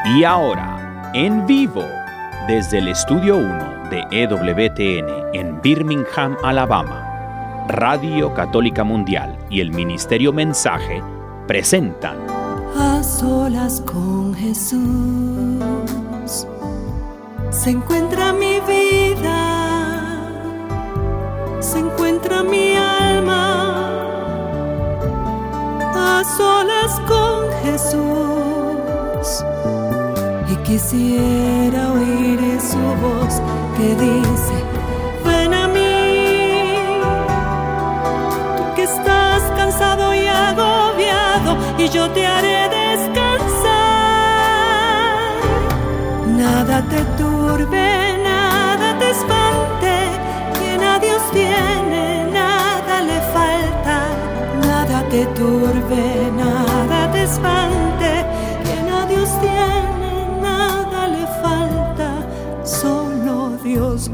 Y ahora, en vivo, desde el Estudio 1 de EWTN en Birmingham, Alabama, Radio Católica Mundial y el Ministerio Mensaje presentan A solas con Jesús se encuentra mi vida, se encuentra mi alma. A solas con Jesús, y quisiera oír su voz que dice: ven a mí, tú que estás cansado y agobiado, y yo te haré descansar. Nada te turbe, nada te espante, quien a Dios tiene, nada le falta. Nada te turbe, nada te espante, quien a Dios tiene, nada le falta. Solo Dios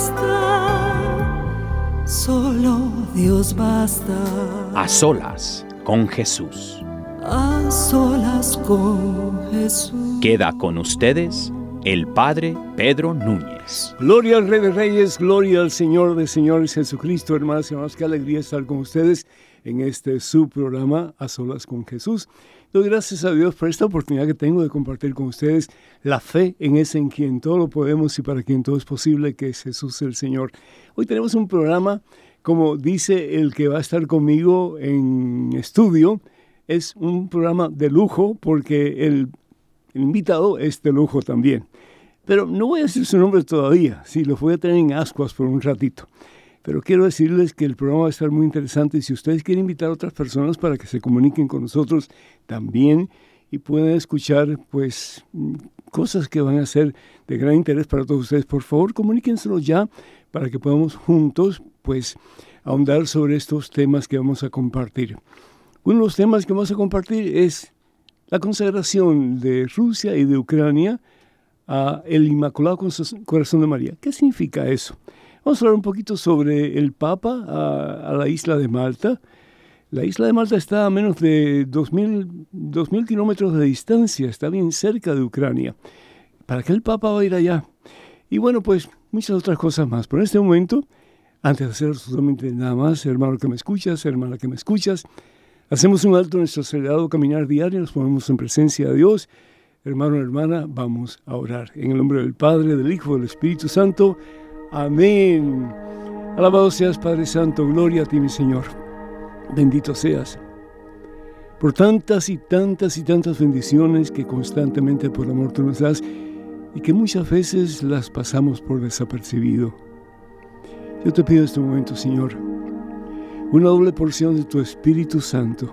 basta, solo Dios basta. A solas con Jesús. A solas con Jesús. Queda con ustedes el Padre Pedro Núñez. Gloria al Rey de Reyes, gloria al Señor de Señores, Jesucristo. Hermanos y hermanos, qué alegría estar con ustedes en este su programa A Solas con Jesús. Doy gracias a Dios por esta oportunidad que tengo de compartir con ustedes la fe en ese en quien todo lo podemos y para quien todo es posible, que es Jesús el Señor. Hoy tenemos un programa, como dice el que va a estar conmigo en estudio, es un programa de lujo porque el invitado es de lujo también. Pero no voy a decir su nombre todavía, sí, lo voy a tener en ascuas por un ratito. Pero quiero decirles que el programa va a estar muy interesante y si ustedes quieren invitar a otras personas para que se comuniquen con nosotros también y puedan escuchar pues cosas que van a ser de gran interés para todos ustedes, por favor comuníquenselo ya para que podamos juntos pues ahondar sobre estos temas que vamos a compartir. Uno de los temas que vamos a compartir es la consagración de Rusia y de Ucrania a el Inmaculado Corazón de María. ¿Qué significa eso? Vamos a hablar un poquito sobre el Papa a la isla de Malta. La isla de Malta está a menos de 2.000 kilómetros de distancia, está bien cerca de Ucrania. ¿Para qué el Papa va a ir allá? Y bueno, pues muchas otras cosas más. Pero en este momento, antes de hacer absolutamente nada más, hermano que me escuchas, hermana que me escuchas, hacemos un alto en nuestro acelerado caminar diario, nos ponemos en presencia de Dios. Hermano, hermana, vamos a orar. En el nombre del Padre, del Hijo, del Espíritu Santo. Amén. Alabado seas, Padre Santo, gloria a ti, mi Señor. Bendito seas por tantas y tantas y tantas bendiciones que constantemente por amor tú nos das y que muchas veces las pasamos por desapercibido. Yo te pido en este momento, Señor, una doble porción de tu Espíritu Santo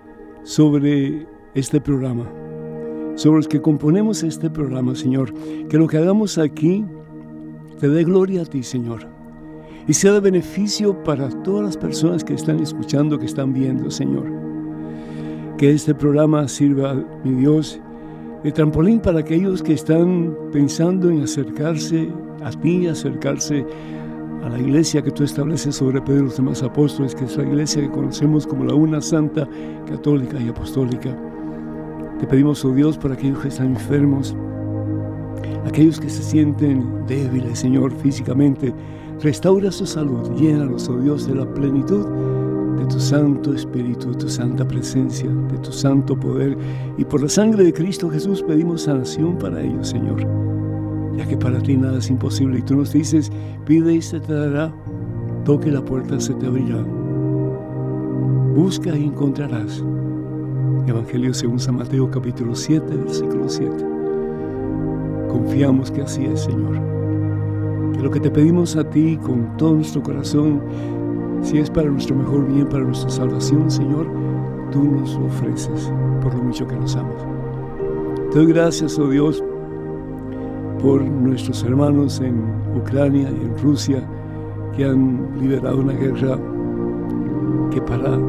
sobre este programa, sobre los que componemos este programa, Señor, que lo que hagamos aquí te dé gloria a ti, Señor, y sea de beneficio para todas las personas que están escuchando, que están viendo, Señor. Que este programa sirva, mi Dios, de trampolín para aquellos que están pensando en acercarse a ti, acercarse a la iglesia que tú estableces sobre Pedro y los demás apóstoles, que es la iglesia que conocemos como la una santa, católica y apostólica. Te pedimos, oh Dios, por aquellos que están enfermos, aquellos que se sienten débiles, Señor, físicamente, restaura su salud, llénalos, oh Dios, de la plenitud de tu Santo Espíritu, de tu santa presencia, de tu santo poder. Y por la sangre de Cristo Jesús pedimos sanación para ellos, Señor, ya que para ti nada es imposible. Y tú nos dices, pide y se te dará, toque la puerta, se te abrirá. Busca y encontrarás. Evangelio según San Mateo, capítulo 7, versículo 7. Confiamos que así es, Señor. Que lo que te pedimos a ti con todo nuestro corazón, si es para nuestro mejor bien, para nuestra salvación, Señor, tú nos lo ofreces por lo mucho que nos amas. Te doy gracias, oh Dios, por nuestros hermanos en Ucrania y en Rusia que han liberado una guerra que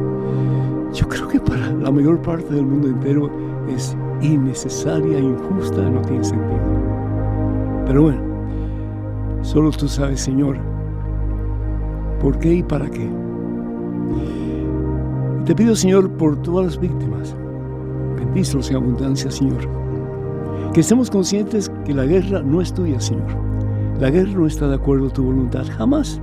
yo creo que para la mayor parte del mundo entero es innecesaria, injusta, no tiene sentido. Pero bueno, solo tú sabes, Señor, por qué y para qué. Y te pido, Señor, por todas las víctimas, bendícelos en abundancia, Señor. Que estemos conscientes que la guerra no es tuya, Señor. La guerra no está de acuerdo a tu voluntad, jamás.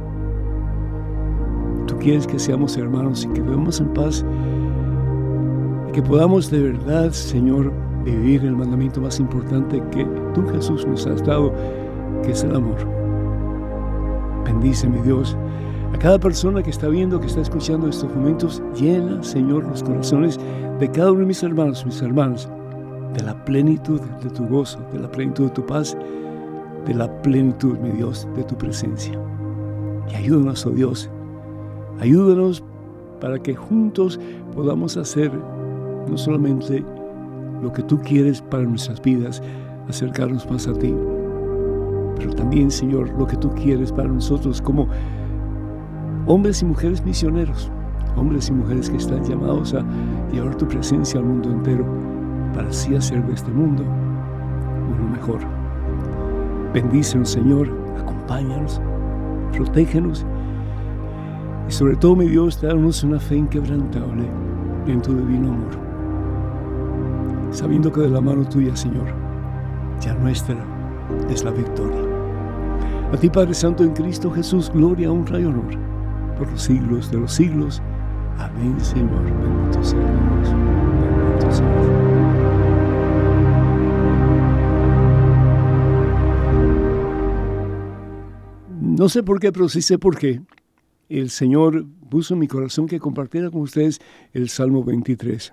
Tú quieres que seamos hermanos y que vivamos en paz y que podamos de verdad, Señor, vivir el mandamiento más importante que tú, Jesús, nos has dado, que es el amor. Bendice, mi Dios, a cada persona que está viendo, que está escuchando estos momentos. Llena, Señor, los corazones de cada uno de mis hermanos, mis hermanas, de la plenitud de tu gozo, de la plenitud de tu paz, de la plenitud, mi Dios, de tu presencia. Y ayúdanos, oh Dios, ayúdanos para que juntos podamos hacer no solamente lo que tú quieres para nuestras vidas, acercarnos más a ti, pero también, Señor, lo que tú quieres para nosotros como hombres y mujeres misioneros, hombres y mujeres que están llamados a llevar tu presencia al mundo entero, para así hacer de este mundo uno mejor. Bendícenos, Señor, acompáñanos, protégenos y sobre todo, mi Dios, danos una fe inquebrantable en tu divino amor, sabiendo que de la mano tuya, Señor, ya nuestra es la victoria. A ti, Padre Santo, en Cristo Jesús, gloria, honra y honor por los siglos de los siglos. Amén, Señor. Bendito sea Dios. Bendito sea Dios. No sé por qué, pero sí sé por qué. El Señor puso en mi corazón que compartiera con ustedes el Salmo 23.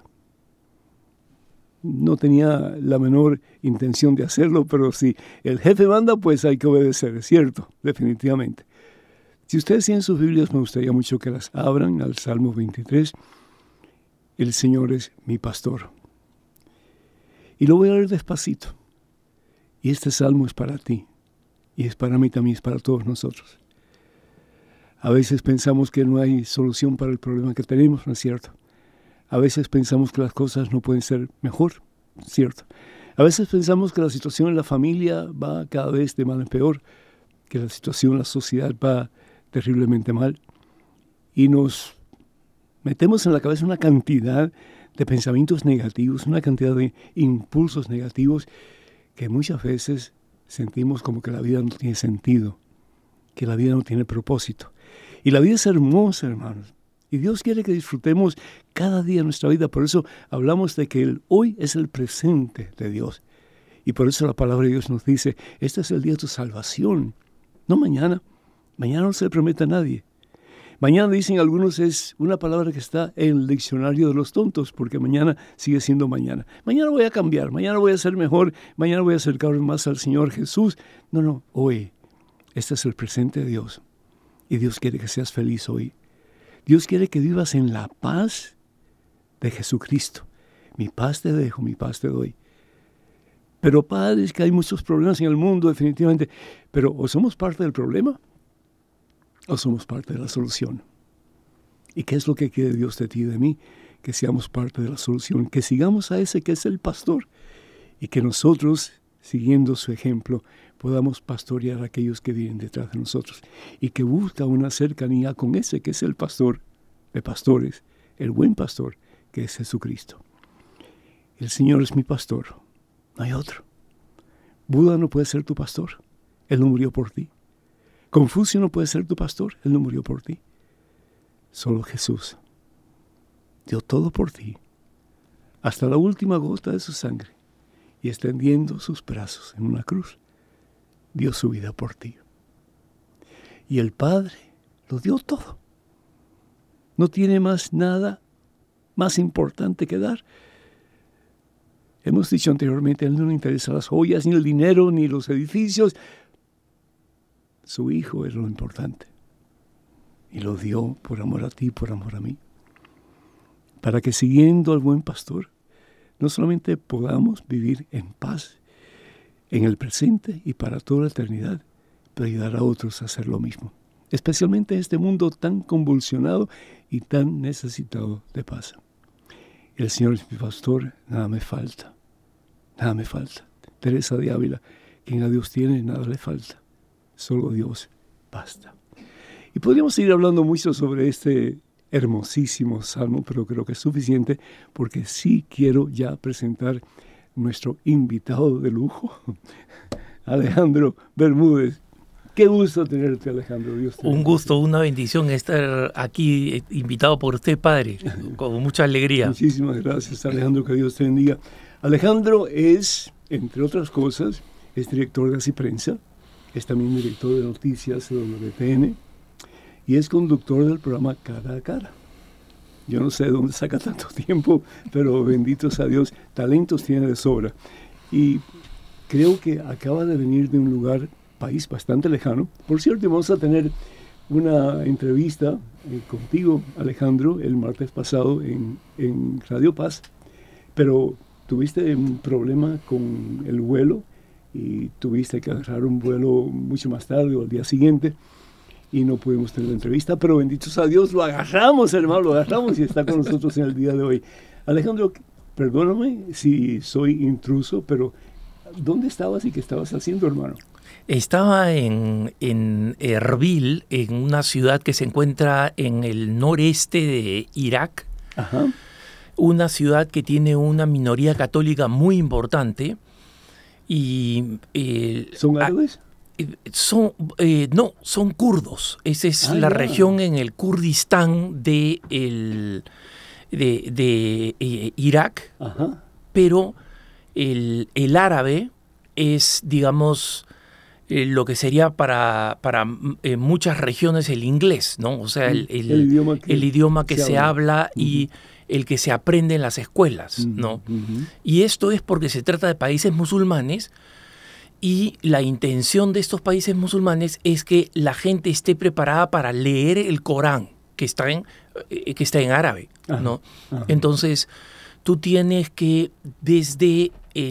No tenía la menor intención de hacerlo, pero si el jefe manda, pues hay que obedecer, es cierto, definitivamente. Si ustedes tienen sus Biblias, me gustaría mucho que las abran al Salmo 23. El Señor es mi pastor. Y lo voy a leer despacito. Y este salmo es para ti. Y es para mí también, es para todos nosotros. A veces pensamos que no hay solución para el problema que tenemos, ¿no es cierto? A veces pensamos que las cosas no pueden ser mejor, ¿cierto? A veces pensamos que la situación en la familia va cada vez de mal en peor, que la situación en la sociedad va terriblemente mal, y nos metemos en la cabeza una cantidad de pensamientos negativos, una cantidad de impulsos negativos, que muchas veces sentimos como que la vida no tiene sentido, que la vida no tiene propósito. Y la vida es hermosa, hermanos. Y Dios quiere que disfrutemos cada día de nuestra vida. Por eso hablamos de que el hoy es el presente de Dios. Y por eso la palabra de Dios nos dice, este es el día de tu salvación. No mañana. Mañana no se le promete a nadie. Mañana, dicen algunos, es una palabra que está en el diccionario de los tontos, porque mañana sigue siendo mañana. Mañana voy a cambiar, mañana voy a ser mejor, mañana voy a acercarme más al Señor Jesús. No, hoy. Este es el presente de Dios. Y Dios quiere que seas feliz hoy. Dios quiere que vivas en la paz de Jesucristo. Mi paz te dejo, mi paz te doy. Pero, Padre, es que hay muchos problemas en el mundo, definitivamente. Pero o somos parte del problema o somos parte de la solución. ¿Y qué es lo que quiere Dios de ti y de mí? Que seamos parte de la solución, que sigamos a ese que es el pastor y que nosotros, siguiendo su ejemplo, podamos pastorear a aquellos que vienen detrás de nosotros y que busca una cercanía con ese que es el pastor de pastores, el buen pastor que es Jesucristo. El Señor es mi pastor, no hay otro. Buda no puede ser tu pastor, Él no murió por ti. Confucio no puede ser tu pastor, Él no murió por ti. Solo Jesús dio todo por ti, hasta la última gota de su sangre, y extendiendo sus brazos en una cruz, dio su vida por ti. Y el Padre lo dio todo. No tiene más nada más importante que dar. Hemos dicho anteriormente, a Él no le interesan las joyas, ni el dinero, ni los edificios. Su Hijo es lo importante. Y lo dio por amor a ti, por amor a mí. Para que siguiendo al buen pastor, no solamente podamos vivir en paz en el presente y para toda la eternidad, pero ayudar a otros a hacer lo mismo. Especialmente en este mundo tan convulsionado y tan necesitado de paz. El Señor es mi pastor, nada me falta. Nada me falta. Teresa de Ávila, quien a Dios tiene, nada le falta. Solo Dios basta. Y podríamos seguir hablando mucho sobre este hermosísimo salmo, pero creo que es suficiente porque sí quiero ya presentar nuestro invitado de lujo, Alejandro Bermúdez. Qué gusto tenerte, Alejandro. Dios te Un gusto, una bendición estar aquí invitado por usted, padre, con mucha alegría. Muchísimas gracias, Alejandro, que Dios te bendiga. Alejandro es, entre otras cosas, es director de Así Prensa, es también director de noticias de WTN y es conductor del programa Cara a Cara. Yo no sé de dónde saca tanto tiempo, pero bendito sea Dios, talentos tiene de sobra. Y creo que acaba de venir de un país bastante lejano. Por cierto, vamos a tener una entrevista contigo, Alejandro, el martes pasado en Radio Paz, pero tuviste un problema con el vuelo y tuviste que agarrar un vuelo mucho más tarde o al día siguiente y no pudimos tener la entrevista, pero bendito sea Dios, lo agarramos, hermano, lo agarramos y está con nosotros en el día de hoy. Alejandro, perdóname si soy intruso, pero ¿dónde estabas y qué estabas haciendo, hermano? Estaba en Erbil, en una ciudad que se encuentra en el noreste de Irak. Ajá. Una ciudad que tiene una minoría católica muy importante. Y, ¿Son árabes? No, son kurdos. Esa es la región en el Kurdistán de Irak. Ajá. Pero el árabe es, digamos, lo que sería para muchas regiones el inglés, ¿no? O sea, el idioma que se habla y el que se aprende en las escuelas, ¿no? Y esto es porque se trata de países musulmanes y la intención de estos países musulmanes es que la gente esté preparada para leer el Corán, que está en árabe, ¿no? Ajá. Entonces, tú tienes que desde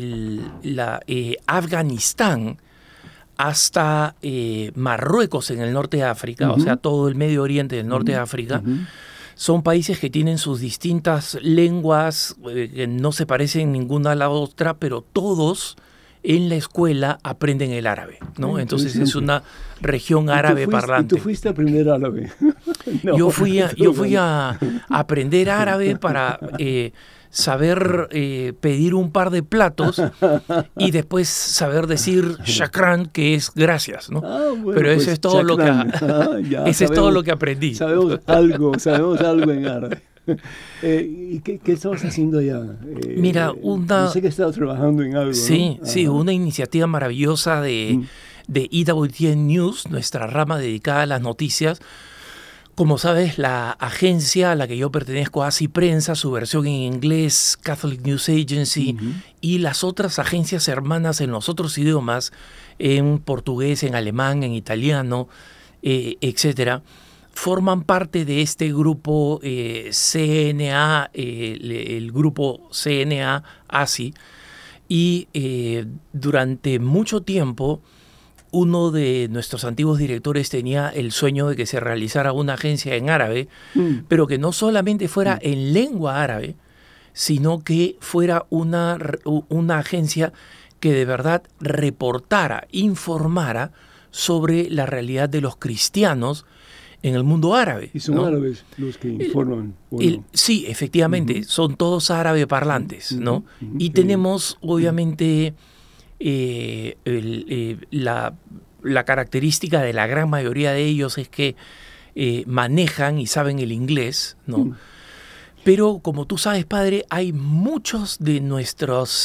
Afganistán hasta Marruecos en el norte de África, o sea, todo el Medio Oriente del norte de África, son países que tienen sus distintas lenguas, que no se parecen ninguna a la otra, pero todos en la escuela aprenden el árabe, ¿no? Entonces es una región árabe parlante. ¿Y tú fuiste a aprender árabe? No, yo fui a aprender árabe para saber pedir un par de platos y después saber decir shakran, que es gracias, ¿no? Bueno, pero eso pues, es todo shakran. Todo lo que aprendí. Sabemos algo en árabe. ¿Y qué estabas haciendo allá? Mira, yo sé que estabas trabajando en algo, sí, ¿no? Sí, una iniciativa maravillosa de EWTN News, nuestra rama dedicada a las noticias. Como sabes, la agencia a la que yo pertenezco, Así Prensa, su versión en inglés, Catholic News Agency, y las otras agencias hermanas en los otros idiomas, en portugués, en alemán, en italiano, etcétera, forman parte de este grupo CNA, el grupo CNA ASI, y durante mucho tiempo uno de nuestros antiguos directores tenía el sueño de que se realizara una agencia en árabe, pero que no solamente fuera en lengua árabe, sino que fuera una agencia que de verdad reportara, informara sobre la realidad de los cristianos en el mundo árabe. ¿Y son árabes los que informan? Sí, efectivamente, son todos árabe parlantes, ¿no? Y tenemos, obviamente, la característica de la gran mayoría de ellos es que manejan y saben el inglés, ¿no? Pero como tú sabes, padre, hay muchos de nuestros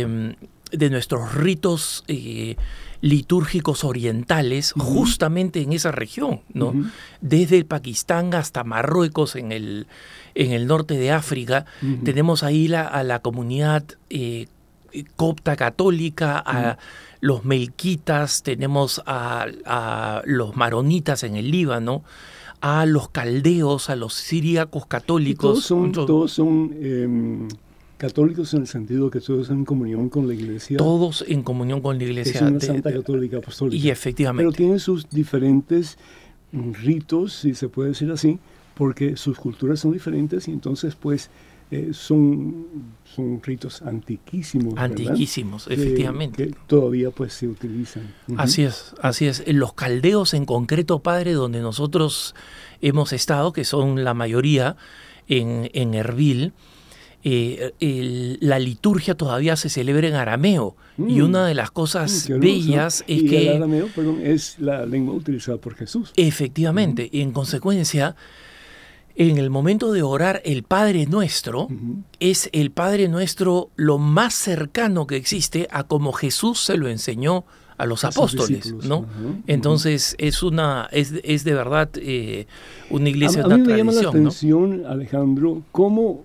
ritos litúrgicos orientales justamente en esa región, ¿no? Desde el Pakistán hasta Marruecos en el norte de África, tenemos ahí a la comunidad copta católica, a los melquitas, tenemos a los maronitas en el Líbano, a los caldeos, a los siríacos católicos. Todos son católicos en el sentido que todos en comunión con la iglesia. Todos en comunión con la iglesia. Es una Santa Católica Apostólica. Y efectivamente. Pero tienen sus diferentes ritos, si se puede decir así, porque sus culturas son diferentes y entonces pues son ritos antiquísimos. Antiquísimos, ¿verdad? Efectivamente. Que todavía pues se utilizan. Así es. Los caldeos en concreto, padre, donde nosotros hemos estado, que son la mayoría en Erbil, la liturgia todavía se celebra en arameo. Y una de las cosas bellas es que... el arameo, perdón, es la lengua utilizada por Jesús. Efectivamente. Y en consecuencia, en el momento de orar el Padre Nuestro, es el Padre Nuestro lo más cercano que existe a como Jesús se lo enseñó a los apóstoles, ¿no? Entonces es de verdad una iglesia, una tradición. A mí me llama la atención, ¿no, Alejandro, cómo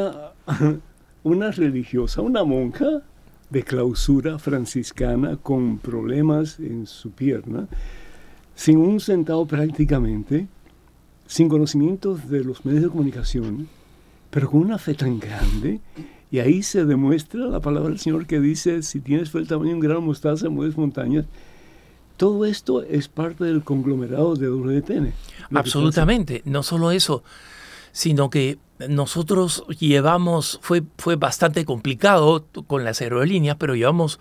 una religiosa, una monja de clausura franciscana con problemas en su pierna, sin un centavo prácticamente, sin conocimientos de los medios de comunicación, pero con una fe tan grande. Y ahí se demuestra la palabra del Señor que dice, si tienes fe del tamaño de un grano de mostaza, mueves montañas. Todo esto es parte del conglomerado de WTN. Absolutamente. No solo eso, sino que nosotros fue bastante complicado con las aerolíneas, pero llevamos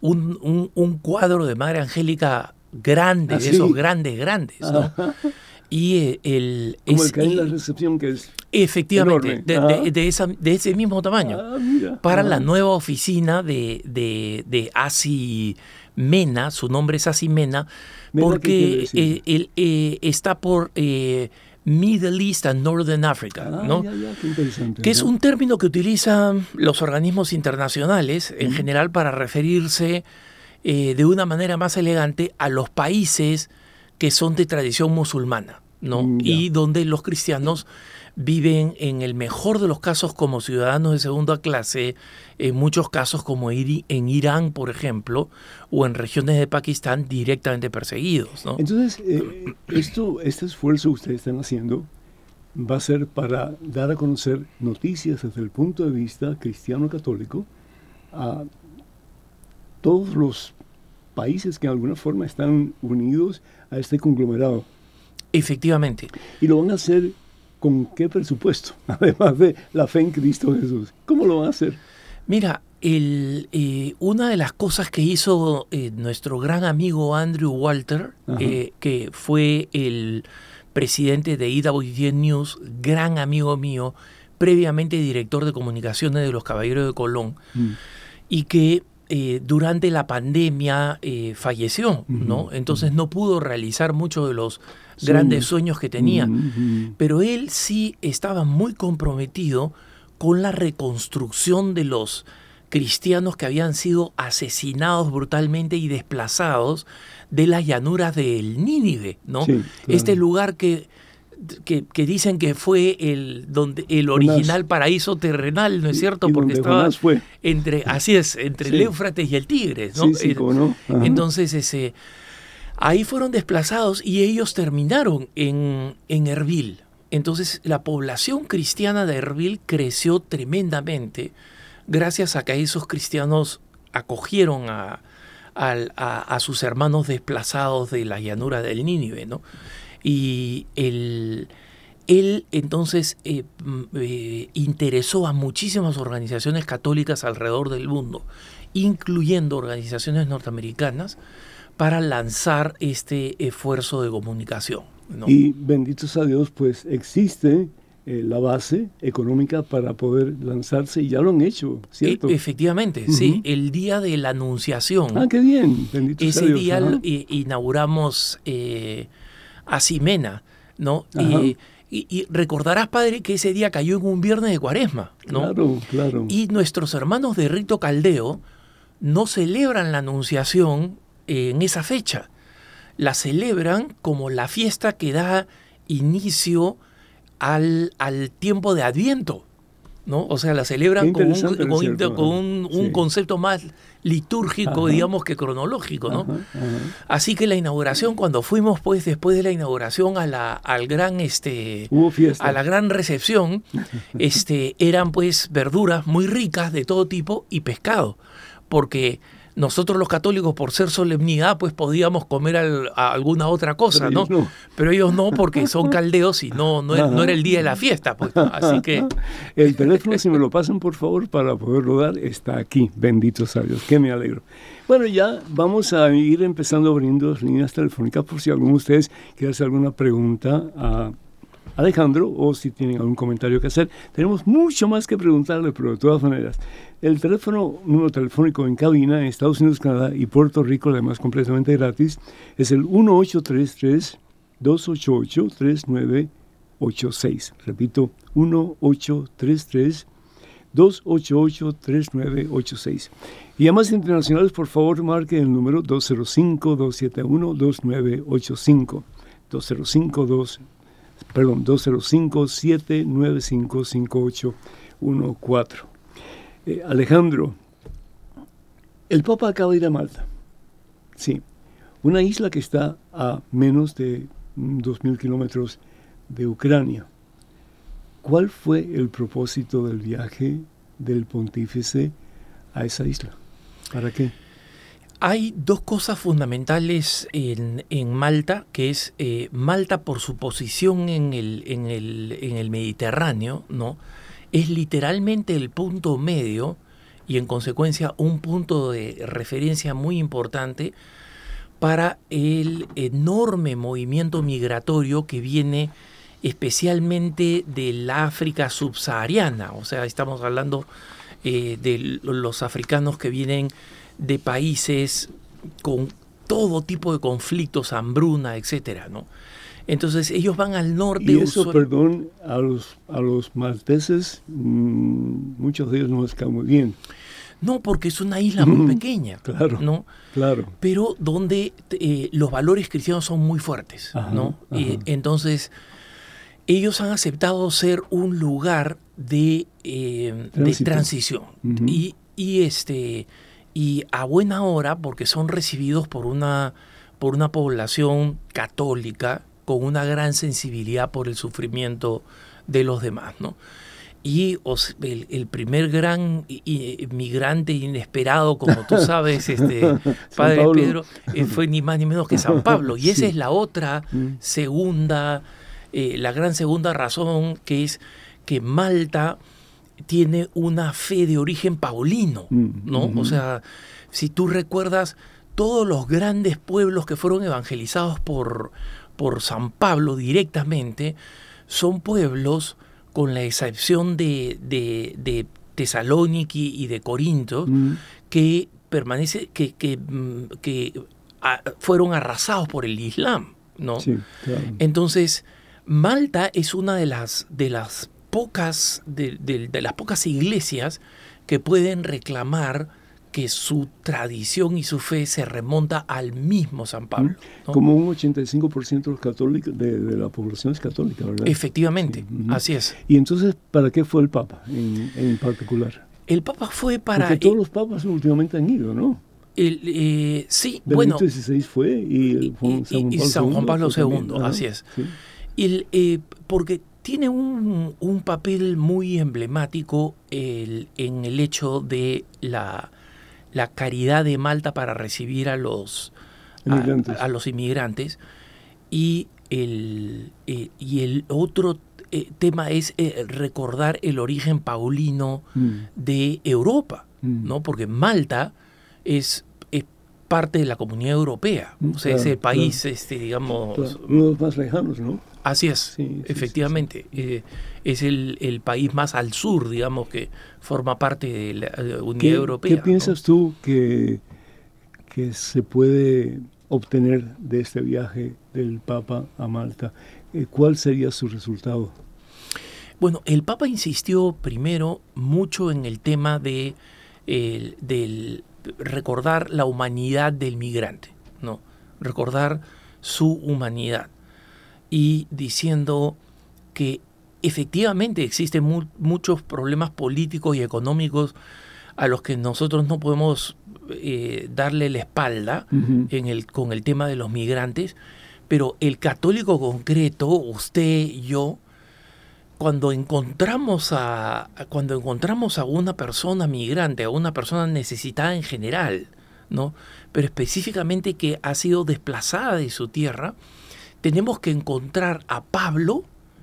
un cuadro de Madre Angélica grande, de esos grandes, ¿no? Y como el que hay en la recepción, que es efectivamente de ese mismo tamaño, para la nueva oficina de Asi Mena. Su nombre es Asi Mena porque está por Middle East and Northern Africa, ¿no? Qué interesante, que es un término que utilizan los organismos internacionales en general para referirse de una manera más elegante a los países que son de tradición musulmana, ¿no? Y donde los cristianos viven en el mejor de los casos como ciudadanos de segunda clase, en muchos casos como en Irán, por ejemplo, o en regiones de Pakistán directamente perseguidos, ¿no? Entonces, este esfuerzo que ustedes están haciendo va a ser para dar a conocer noticias desde el punto de vista cristiano-católico a todos los países que de alguna forma están unidos a este conglomerado. Efectivamente. Y lo van a hacer ¿con qué presupuesto? Además de la fe en Cristo Jesús. ¿Cómo lo van a hacer? Mira, una de las cosas que hizo nuestro gran amigo Andrew Walter, que fue el presidente de EWTN News, gran amigo mío, previamente director de comunicaciones de los Caballeros de Colón, y que durante la pandemia falleció, ¿no? Entonces no pudo realizar muchos de los grandes sueños que tenía, pero él sí estaba muy comprometido con la reconstrucción de los cristianos que habían sido asesinados brutalmente y desplazados de las llanuras del Nínive, ¿no? Sí, claro. Este lugar que dicen que fue el original paraíso terrenal, ¿no es cierto? Porque estaba entre el Éufrates y el Tigris, ¿no? Sí, ¿no? Entonces ahí fueron desplazados y ellos terminaron en Erbil. Entonces la población cristiana de Erbil creció tremendamente gracias a que esos cristianos acogieron a sus hermanos desplazados de la llanura del Nínive, ¿no? Y él entonces interesó a muchísimas organizaciones católicas alrededor del mundo, incluyendo organizaciones norteamericanas, para lanzar este esfuerzo de comunicación, ¿no? Y benditos a Dios, pues existe la base económica para poder lanzarse, y ya lo han hecho, ¿cierto? Efectivamente, sí. El día de la Anunciación. ¡Ah, qué bien! Benditos ese a Dios. Día inauguramos Asi Mena, ¿no? Y recordarás, padre, que ese día cayó en un viernes de Cuaresma, ¿no? Claro, claro. Y nuestros hermanos de rito caldeo no celebran la Anunciación en esa fecha. La celebran como la fiesta que da inicio al tiempo de Adviento, ¿no? O sea, la celebran con un concepto más litúrgico, digamos, que cronológico, ¿no? Así que la inauguración, cuando fuimos, pues, después de la inauguración a la gran recepción, eran, pues, verduras muy ricas de todo tipo y pescado, porque nosotros los católicos, por ser solemnidad, pues podíamos comer alguna otra cosa, ¿no? Pero ellos no, porque son caldeos y no era el día de la fiesta, pues, ¿no? Así que... El teléfono, si me lo pasan, por favor, para poderlo dar, está aquí. Benditos a Dios, que me alegro. Bueno, ya vamos a ir empezando abriendo las líneas telefónicas por si alguno de ustedes quiere hacer alguna pregunta a Alejandro, o si tienen algún comentario que hacer. Tenemos mucho más que preguntarle, pero de todas maneras, el número telefónico en cabina en Estados Unidos, Canadá y Puerto Rico, además completamente gratis, es el 1833-288-3986. Repito, 1833-288-3986. Y a más internacionales, por favor, marque el número 205-271-2985. 205-795-5814. Alejandro, el Papa acaba de ir a Malta. Sí, una isla que está a menos de 2.000 kilómetros de Ucrania. ¿Cuál fue el propósito del viaje del pontífice a esa isla? ¿Para qué? Hay dos cosas fundamentales en Malta, que es Malta por su posición en el Mediterráneo, ¿no? Es literalmente el punto medio y en consecuencia un punto de referencia muy importante para el enorme movimiento migratorio que viene especialmente del África subsahariana. O sea, estamos hablando de los africanos que vienen de países con todo tipo de conflictos, hambruna, etcétera, ¿no? Entonces ellos van al norte. Y eso, perdón, a los malteses, muchos de ellos no les cae muy bien. No, porque es una isla muy pequeña, claro, ¿no? Claro. Pero donde los valores cristianos son muy fuertes, ajá, ¿no? Entonces ellos han aceptado ser un lugar de transición. Uh-huh. Y a buena hora, porque son recibidos por una población católica con una gran sensibilidad por el sufrimiento de los demás, ¿no? Y el primer gran migrante inesperado, como tú sabes, Padre Pedro, fue ni más ni menos que San Pablo. Y esa es la otra segunda, la gran segunda razón, que es que Malta tiene una fe de origen paulino, ¿no? O sea, si tú recuerdas, todos los grandes pueblos que fueron evangelizados por San Pablo directamente son pueblos, con la excepción de Tesalónica y de Corinto, que fueron arrasados por el Islam, ¿no? Sí, claro. Entonces, Malta es una de las pocas iglesias que pueden reclamar que su tradición y su fe se remonta al mismo San Pablo, ¿no? Como un 85% de los católicos, de la población es católica, ¿verdad? Efectivamente, sí. Así es. ¿Y entonces para qué fue el Papa en particular? El Papa fue para... Porque todos los papas últimamente han ido, ¿no? Sí, Benito XVI fue y San Juan Pablo II, así es. Sí. Porque tiene un papel muy emblemático en el hecho de la caridad de Malta para recibir a los inmigrantes. Y el otro tema es recordar el origen paulino de Europa, ¿no? Porque Malta es parte de la Comunidad Europea, o sea, claro, es el país, claro, digamos... Claro, uno de los más lejanos, ¿no? Así es, sí, efectivamente. Sí. Es el país más al sur, digamos, que forma parte de la Unidad Europea. ¿Qué piensas, ¿no?, tú que se puede obtener de este viaje del Papa a Malta? ¿Cuál sería su resultado? Bueno, el Papa insistió primero mucho en el tema del recordar la humanidad del migrante, ¿no? Recordar su humanidad. Y diciendo que efectivamente existen muchos problemas políticos y económicos a los que nosotros no podemos darle la espalda con el tema de los migrantes, pero el católico concreto, usted y yo, cuando encontramos a una persona migrante, a una persona necesitada en general, ¿no?, pero específicamente que ha sido desplazada de su tierra, tenemos que encontrar a Pablo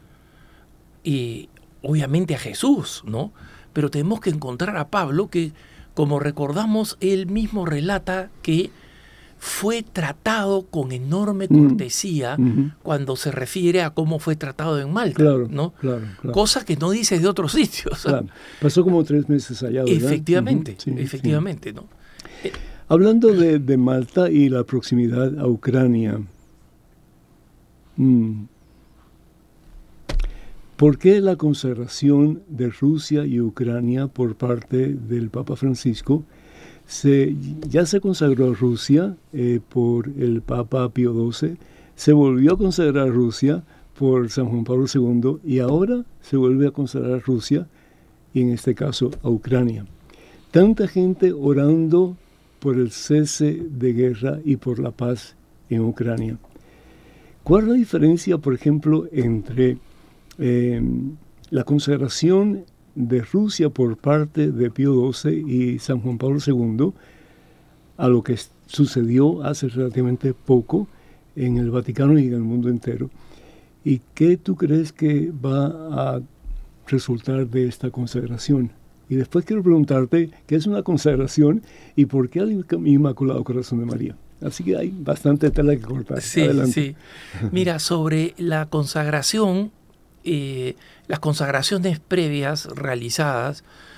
y obviamente a Jesús, ¿no? Pero tenemos que encontrar a Pablo que, como recordamos, él mismo relata que fue tratado con enorme cortesía cuando se refiere a cómo fue tratado en Malta, claro, ¿no? Claro. Cosa que no dice de otros sitios. Claro. Pasó como 3 meses allá, ¿verdad? Efectivamente, Sí, efectivamente, sí. ¿no? Hablando de Malta y la proximidad a Ucrania, ¿por qué la consagración de Rusia y Ucrania por parte del Papa Francisco? Ya se consagró a Rusia por el Papa Pío XII, se volvió a consagrar a Rusia por San Juan Pablo II y ahora se vuelve a consagrar a Rusia y en este caso a Ucrania. Tanta gente orando por el cese de guerra y por la paz en Ucrania. ¿Cuál es la diferencia, por ejemplo, entre la consagración de Rusia por parte de Pío XII y San Juan Pablo II a lo que sucedió hace relativamente poco en el Vaticano y en el mundo entero? ¿Y qué tú crees que va a resultar de esta consagración? Y después quiero preguntarte qué es una consagración y por qué al Inmaculado Corazón de María. Así que hay bastante tela que cortar. Sí, adelante. sí. Mira, sobre la consagración, las consagraciones previas realizadas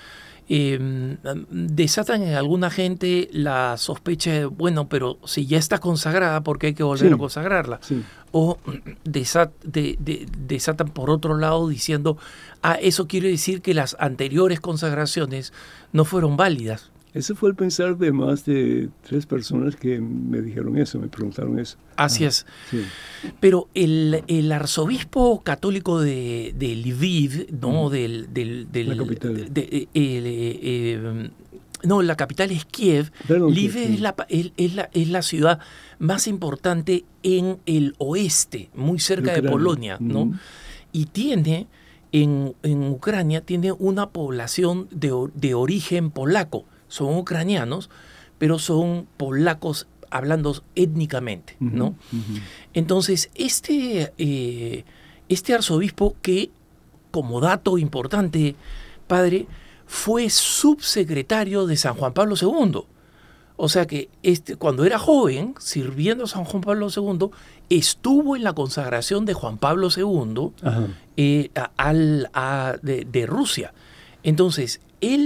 desatan en alguna gente la sospecha de, bueno, pero si ya está consagrada, ¿por qué hay que volver a consagrarla? Sí. O desatan por otro lado diciendo, eso quiere decir que las anteriores consagraciones no fueron válidas. Ese fue el pensar de más de 3 personas que me dijeron eso, me preguntaron eso. Así es. Sí. Pero el arzobispo católico de Lviv, ¿no? La capital. No, la capital es Kiev. Lviv es la ciudad más importante en el oeste, muy cerca de Polonia, ¿no? Y tiene, en Ucrania, tiene una población de origen polaco. Son ucranianos, pero son polacos hablando étnicamente, ¿no? Entonces, este arzobispo que, como dato importante, padre, fue subsecretario de San Juan Pablo II. O sea que cuando era joven, sirviendo a San Juan Pablo II, estuvo en la consagración de Juan Pablo II de Rusia. Entonces,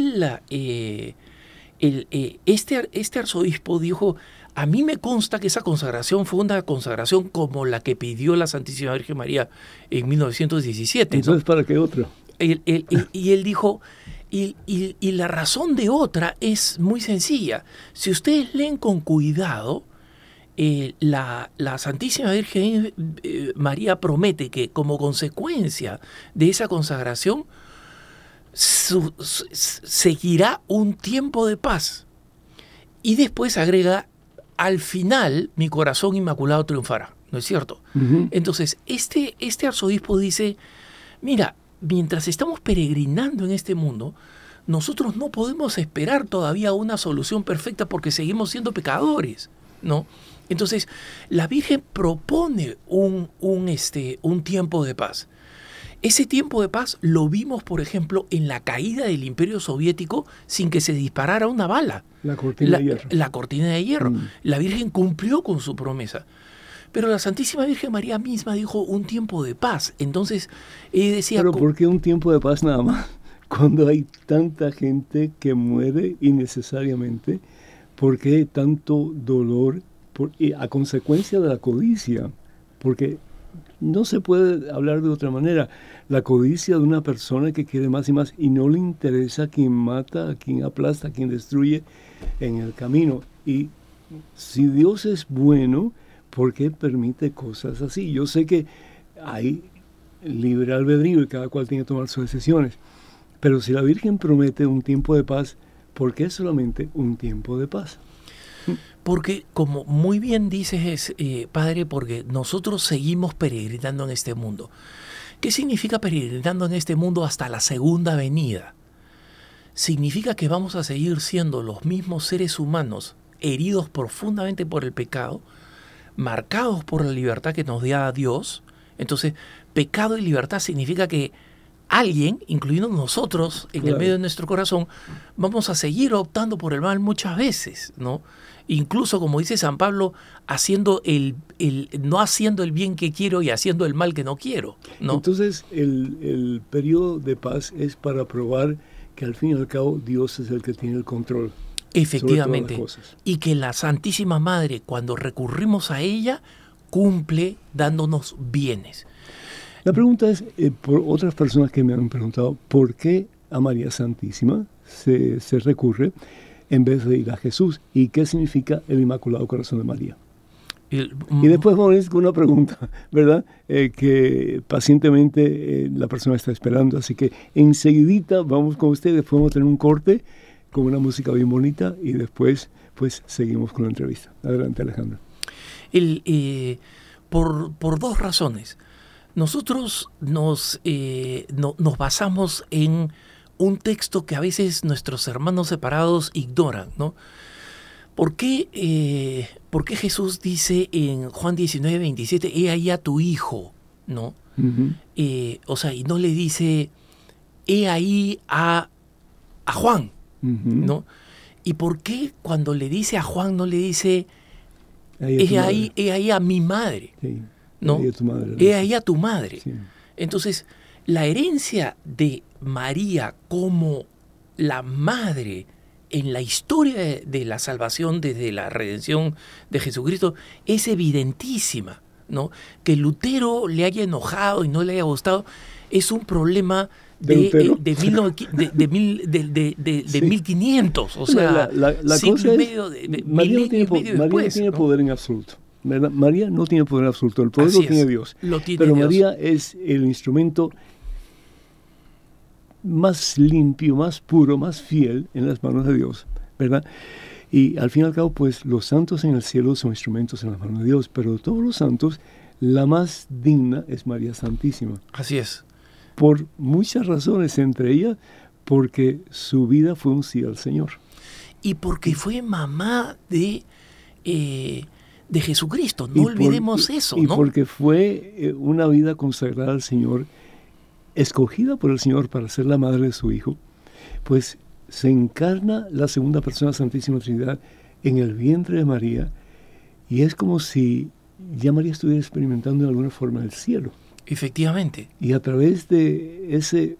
este arzobispo dijo, a mí me consta que esa consagración fue una consagración como la que pidió la Santísima Virgen María en 1917. Entonces, ¿no? ¿para qué otra? Y él dijo, y la razón de otra es muy sencilla. Si ustedes leen con cuidado, la Santísima Virgen María promete que como consecuencia de esa consagración seguirá un tiempo de paz. Y después agrega, al final mi corazón inmaculado triunfará. ¿No es cierto? Entonces, este arzobispo dice, mira, mientras estamos peregrinando en este mundo, nosotros no podemos esperar todavía una solución perfecta porque seguimos siendo pecadores, ¿no? Entonces, la Virgen propone un tiempo de paz. Ese tiempo de paz lo vimos, por ejemplo, en la caída del Imperio Soviético sin que se disparara una bala. La cortina de hierro. La cortina de hierro. La Virgen cumplió con su promesa. Pero la Santísima Virgen María misma dijo un tiempo de paz. Entonces, ella decía... ¿Pero por qué un tiempo de paz nada más? Cuando hay tanta gente que muere innecesariamente, ¿por qué tanto dolor a consecuencia de la codicia? Porque no se puede hablar de otra manera. La codicia de una persona que quiere más y más y no le interesa a quien mata, a quien aplasta, a quien destruye en el camino. Y si Dios es bueno, ¿por qué permite cosas así? Yo sé que hay libre albedrío y cada cual tiene que tomar sus decisiones. Pero si la Virgen promete un tiempo de paz, ¿por qué solamente un tiempo de paz? Porque, como muy bien dices, Padre, porque nosotros seguimos peregrinando en este mundo. ¿Qué significa peregrinando en este mundo hasta la segunda venida? Significa que vamos a seguir siendo los mismos seres humanos, heridos profundamente por el pecado, marcados por la libertad que nos da Dios. Entonces, pecado y libertad significa que alguien, incluyendo nosotros, en el medio de nuestro corazón, vamos a seguir optando por el mal muchas veces, ¿no? Incluso, como dice San Pablo, no haciendo el bien que quiero y haciendo el mal que no quiero, ¿no? Entonces, el periodo de paz es para probar que al fin y al cabo Dios es el que tiene el control. Efectivamente. Sobre todas las cosas. Y que la Santísima Madre, cuando recurrimos a ella, cumple dándonos bienes. La pregunta es, por otras personas que me han preguntado, ¿por qué a María Santísima se recurre en vez de ir a Jesús? ¿Y qué significa el Inmaculado Corazón de María? Y después vamos a ir con una pregunta, ¿verdad? Que pacientemente la persona está esperando. Así que enseguidita vamos con ustedes, podemos tener un corte con una música bien bonita y después pues seguimos con la entrevista. Adelante, Alejandro. Por dos razones. Nosotros nos basamos en un texto que a veces nuestros hermanos separados ignoran, ¿no? ¿Por qué Jesús dice en Juan 19:27, he ahí a tu hijo, ¿no? Uh-huh. Y no le dice, he ahí a Juan, uh-huh, ¿no? ¿Y por qué cuando le dice a Juan no le dice, he ahí a mi madre? Sí. ¿No? He ahí a tu madre. Sí. Entonces, la herencia de María como la madre en la historia de la salvación desde la redención de Jesucristo es evidentísima, ¿no? Que Lutero le haya enojado y no le haya gustado es un problema de 1500, o sea, la cosa es, María no tiene poder en absoluto. ¿Verdad? María no tiene poder absoluto, el poder lo tiene Dios. Pero María es el instrumento más limpio, más puro, más fiel en las manos de Dios, ¿verdad? Y al fin y al cabo, pues los santos en el cielo son instrumentos en las manos de Dios, pero de todos los santos, la más digna es María Santísima. Así es. Por muchas razones, entre ellas, porque su vida fue un sí al Señor. Y porque fue mamá de Jesucristo, no olvidemos eso, ¿no? Y porque fue una vida consagrada al Señor, escogida por el Señor para ser la madre de su Hijo, pues se encarna la segunda persona, Santísima Trinidad, en el vientre de María, y es como si ya María estuviera experimentando de alguna forma el cielo. Efectivamente. Y a través de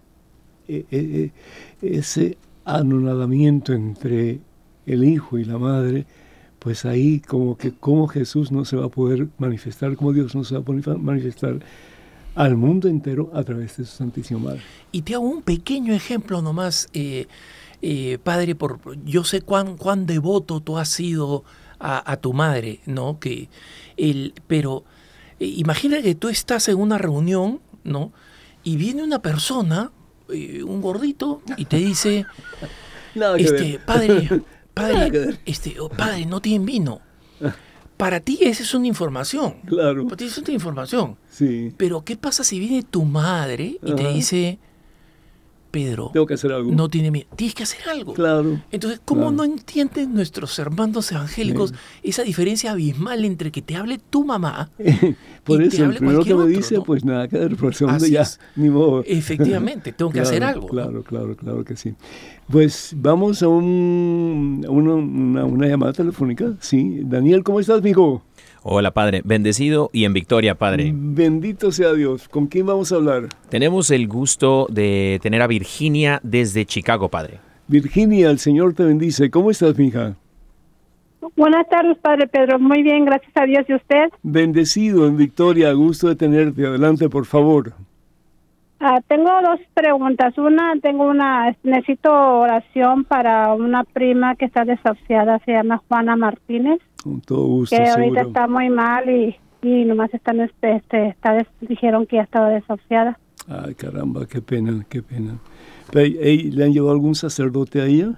ese anonadamiento entre el Hijo y la Madre, pues ahí como Jesús no se va a poder manifestar, como Dios no se va a poder manifestar al mundo entero a través de su Santísima Madre. Y te hago un pequeño ejemplo nomás, Padre, yo sé cuán devoto tú has sido a tu madre, ¿no? Pero imagina que tú estás en una reunión, ¿no? Y viene una persona, un gordito, y te dice, padre, no tienen vino. Para ti esa es una información. Claro. Para ti es una información. Sí. Pero ¿qué pasa si viene tu madre y te dice, Pedro, tengo que hacer algo? No tiene miedo. Tienes que hacer algo. Claro. Entonces, ¿cómo no entienden nuestros hermanos evangélicos esa diferencia abismal entre que te hable tu mamá Por y eso, te hable el primero que me otro, dice, ¿no? Pues nada que ver, por el segundo ya, ni modo. Efectivamente, tengo que hacer algo. Claro que sí. Pues vamos a una llamada telefónica. Sí, Daniel, ¿cómo estás, mijo? Hola, Padre. Bendecido y en victoria, Padre. Bendito sea Dios. ¿Con quién vamos a hablar? Tenemos el gusto de tener a Virginia desde Chicago, Padre. Virginia, el Señor te bendice. ¿Cómo estás, mija? Buenas tardes, Padre Pedro. Muy bien, gracias a Dios. ¿Y usted? Bendecido, en victoria. Gusto de tenerte. Adelante, por favor. Tengo dos preguntas. Necesito oración para una prima que está desahuciada, se llama Juana Martínez. Con todo gusto, que seguro. Ahorita está muy mal y nomás dijeron que ya estaba desahuciada. Ay, caramba, qué pena. ¿Le han llevado algún sacerdote a ella?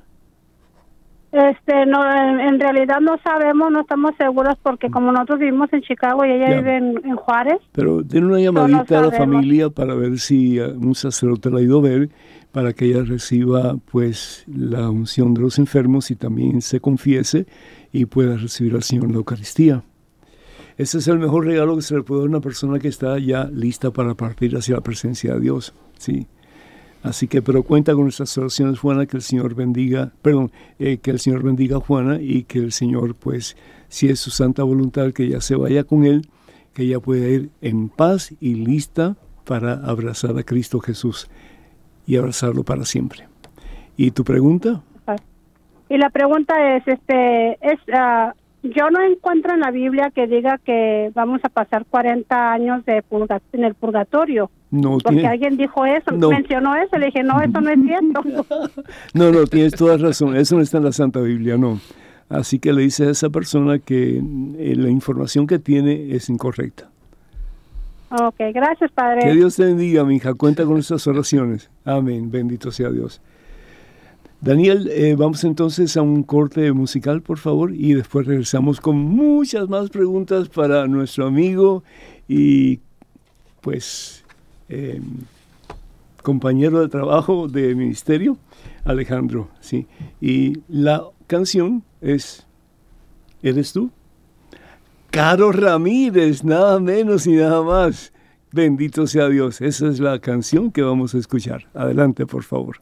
No, en realidad no sabemos, no estamos seguros porque como nosotros vivimos en Chicago y ella vive en Juárez. Pero den una llamadita a la familia para ver si un sacerdote la ha ido a ver, para que ella reciba pues la unción de los enfermos y también se confiese y pueda recibir al Señor en la Eucaristía. Ese es el mejor regalo que se le puede dar a una persona que está ya lista para partir hacia la presencia de Dios. Sí. Así que, pero cuenta con nuestras oraciones, Juana, que el Señor bendiga, que el Señor bendiga a Juana y que el Señor, pues, si es su santa voluntad, que ella se vaya con él, que ella pueda ir en paz y lista para abrazar a Cristo Jesús y abrazarlo para siempre. ¿Y tu pregunta? Y la pregunta es, yo no encuentro en la Biblia que diga que vamos a pasar 40 años en el purgatorio. No, porque alguien dijo eso, mencionó eso, le dije, no, eso no es cierto. No, tienes toda razón, eso no está en la Santa Biblia, no. Así que le dice a esa persona que la información que tiene es incorrecta. Ok, gracias, Padre. Que Dios te bendiga, mi hija, cuenta con nuestras oraciones. Amén, bendito sea Dios. Daniel, vamos entonces a un corte musical, por favor, y después regresamos con muchas más preguntas para nuestro amigo y, pues, compañero de trabajo de ministerio, Alejandro, sí. Y la canción es ¿Eres tú? Caro Ramírez, nada menos y nada más. Bendito sea Dios. Esa es la canción que vamos a escuchar. Adelante, por favor.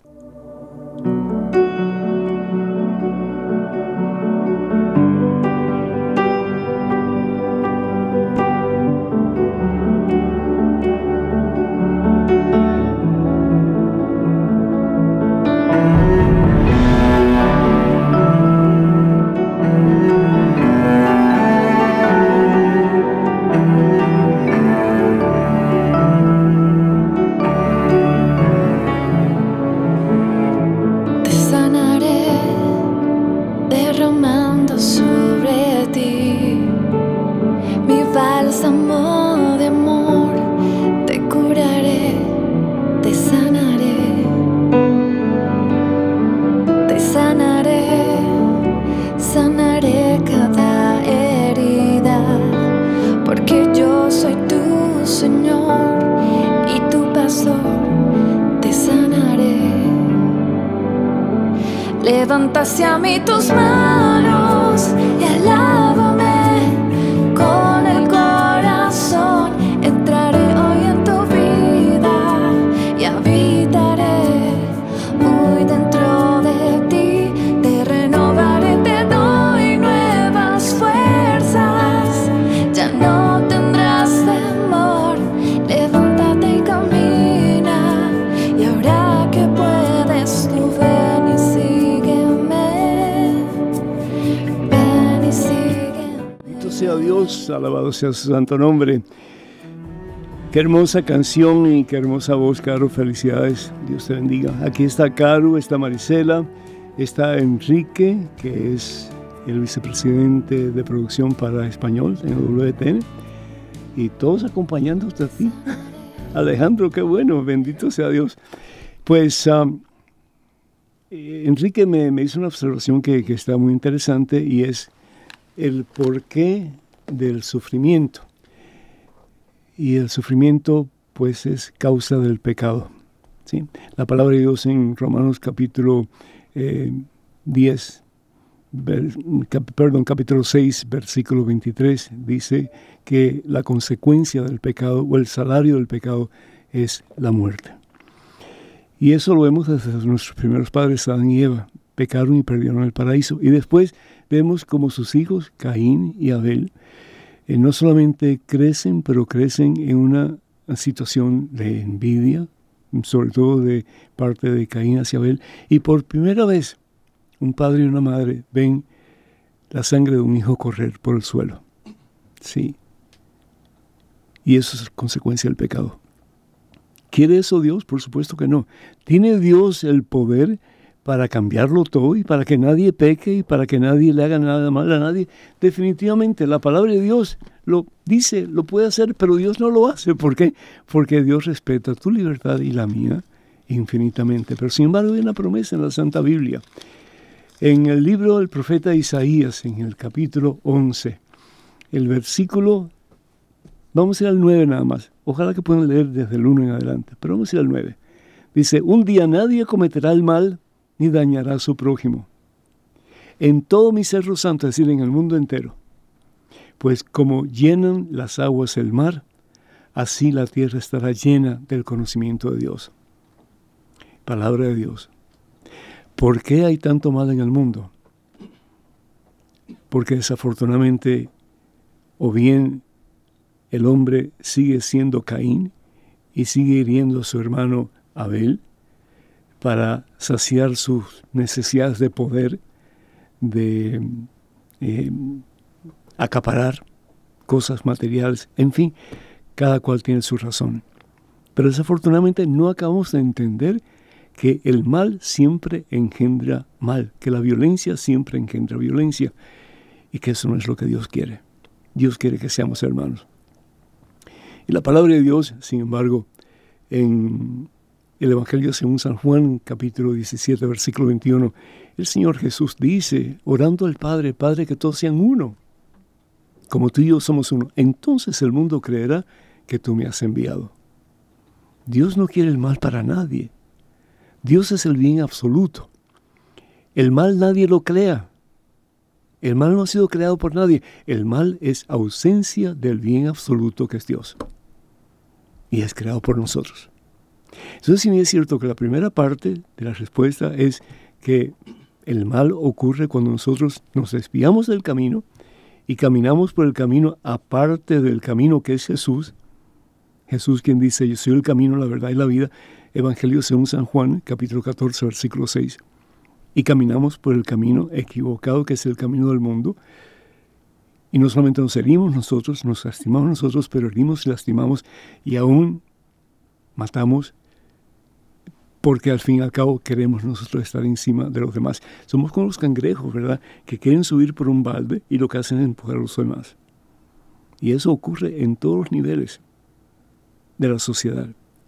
Levanta hacia mí tus manos y alábame con el corazón. Entraré hoy en tu vida y habitaré muy dentro de ti. Te renovaré, te doy nuevas fuerzas. Ya no tendrás temor. Levántate y camina. Y ahora que puedes, tú ven y sea Dios, alabado sea su santo nombre. Qué hermosa canción y qué hermosa voz, Caro, felicidades, Dios te bendiga. Aquí está Caro, está Marisela, está Enrique, que es el vicepresidente de producción para español en WTN, y todos acompañándote a ti. Alejandro, qué bueno, bendito sea Dios. Pues Enrique me hizo una observación que está muy interesante, y es el porqué del sufrimiento. Y el sufrimiento, pues, es causa del pecado, ¿sí? La palabra de Dios en Romanos capítulo 6, versículo 23, dice que la consecuencia del pecado, o el salario del pecado, es la muerte. Y eso lo vemos desde nuestros primeros padres, Adán y Eva. Pecaron y perdieron el paraíso. Y después vemos como sus hijos, Caín y Abel, no solamente crecen, pero crecen en una situación de envidia, sobre todo de parte de Caín hacia Abel. Y por primera vez, un padre y una madre ven la sangre de un hijo correr por el suelo. Sí. Y eso es consecuencia del pecado. ¿Quiere eso Dios? Por supuesto que no. ¿Tiene Dios el poder para cambiarlo todo y para que nadie peque y para que nadie le haga nada mal a nadie? Definitivamente, la palabra de Dios lo dice, lo puede hacer, pero Dios no lo hace. ¿Por qué? Porque Dios respeta tu libertad y la mía infinitamente. Pero sin embargo hay una promesa en la Santa Biblia. En el libro del profeta Isaías, en el capítulo 11, el versículo, vamos a ir al 9 nada más. Ojalá que puedan leer desde el 1 en adelante, pero vamos a ir al 9. Dice: un día nadie cometerá el mal ni dañará a su prójimo en todo mi cerro santo, es decir, en el mundo entero. Pues como llenan las aguas el mar, así la tierra estará llena del conocimiento de Dios. Palabra de Dios. ¿Por qué hay tanto mal en el mundo? Porque desafortunadamente, o bien el hombre sigue siendo Caín y sigue hiriendo a su hermano Abel para saciar sus necesidades de poder, de acaparar cosas materiales, en fin, cada cual tiene su razón. Pero desafortunadamente no acabamos de entender que el mal siempre engendra mal, que la violencia siempre engendra violencia, y que eso no es lo que Dios quiere. Dios quiere que seamos hermanos. Y la palabra de Dios, sin embargo, en el Evangelio según San Juan, capítulo 17, versículo 21, el Señor Jesús dice, orando al Padre, Padre, que todos sean uno, como tú y yo somos uno. Entonces el mundo creerá que tú me has enviado. Dios no quiere el mal para nadie. Dios es el bien absoluto. El mal nadie lo crea. El mal no ha sido creado por nadie. El mal es ausencia del bien absoluto que es Dios. Y es creado por nosotros. Entonces, sí es cierto que la primera parte de la respuesta es que el mal ocurre cuando nosotros nos desviamos del camino y caminamos por el camino aparte del camino que es Jesús. Jesús quien dice, yo soy el camino, la verdad y la vida. Evangelio según San Juan, capítulo 14, versículo 6. Y caminamos por el camino equivocado, que es el camino del mundo. Y no solamente nos herimos nosotros, nos lastimamos nosotros, pero herimos y lastimamos y aún matamos, porque al fin y al cabo queremos nosotros estar encima de los demás. Somos como los cangrejos, ¿verdad?, que quieren subir por un balde y lo que hacen es empujar a los demás. Y eso ocurre en todos los niveles de la sociedad.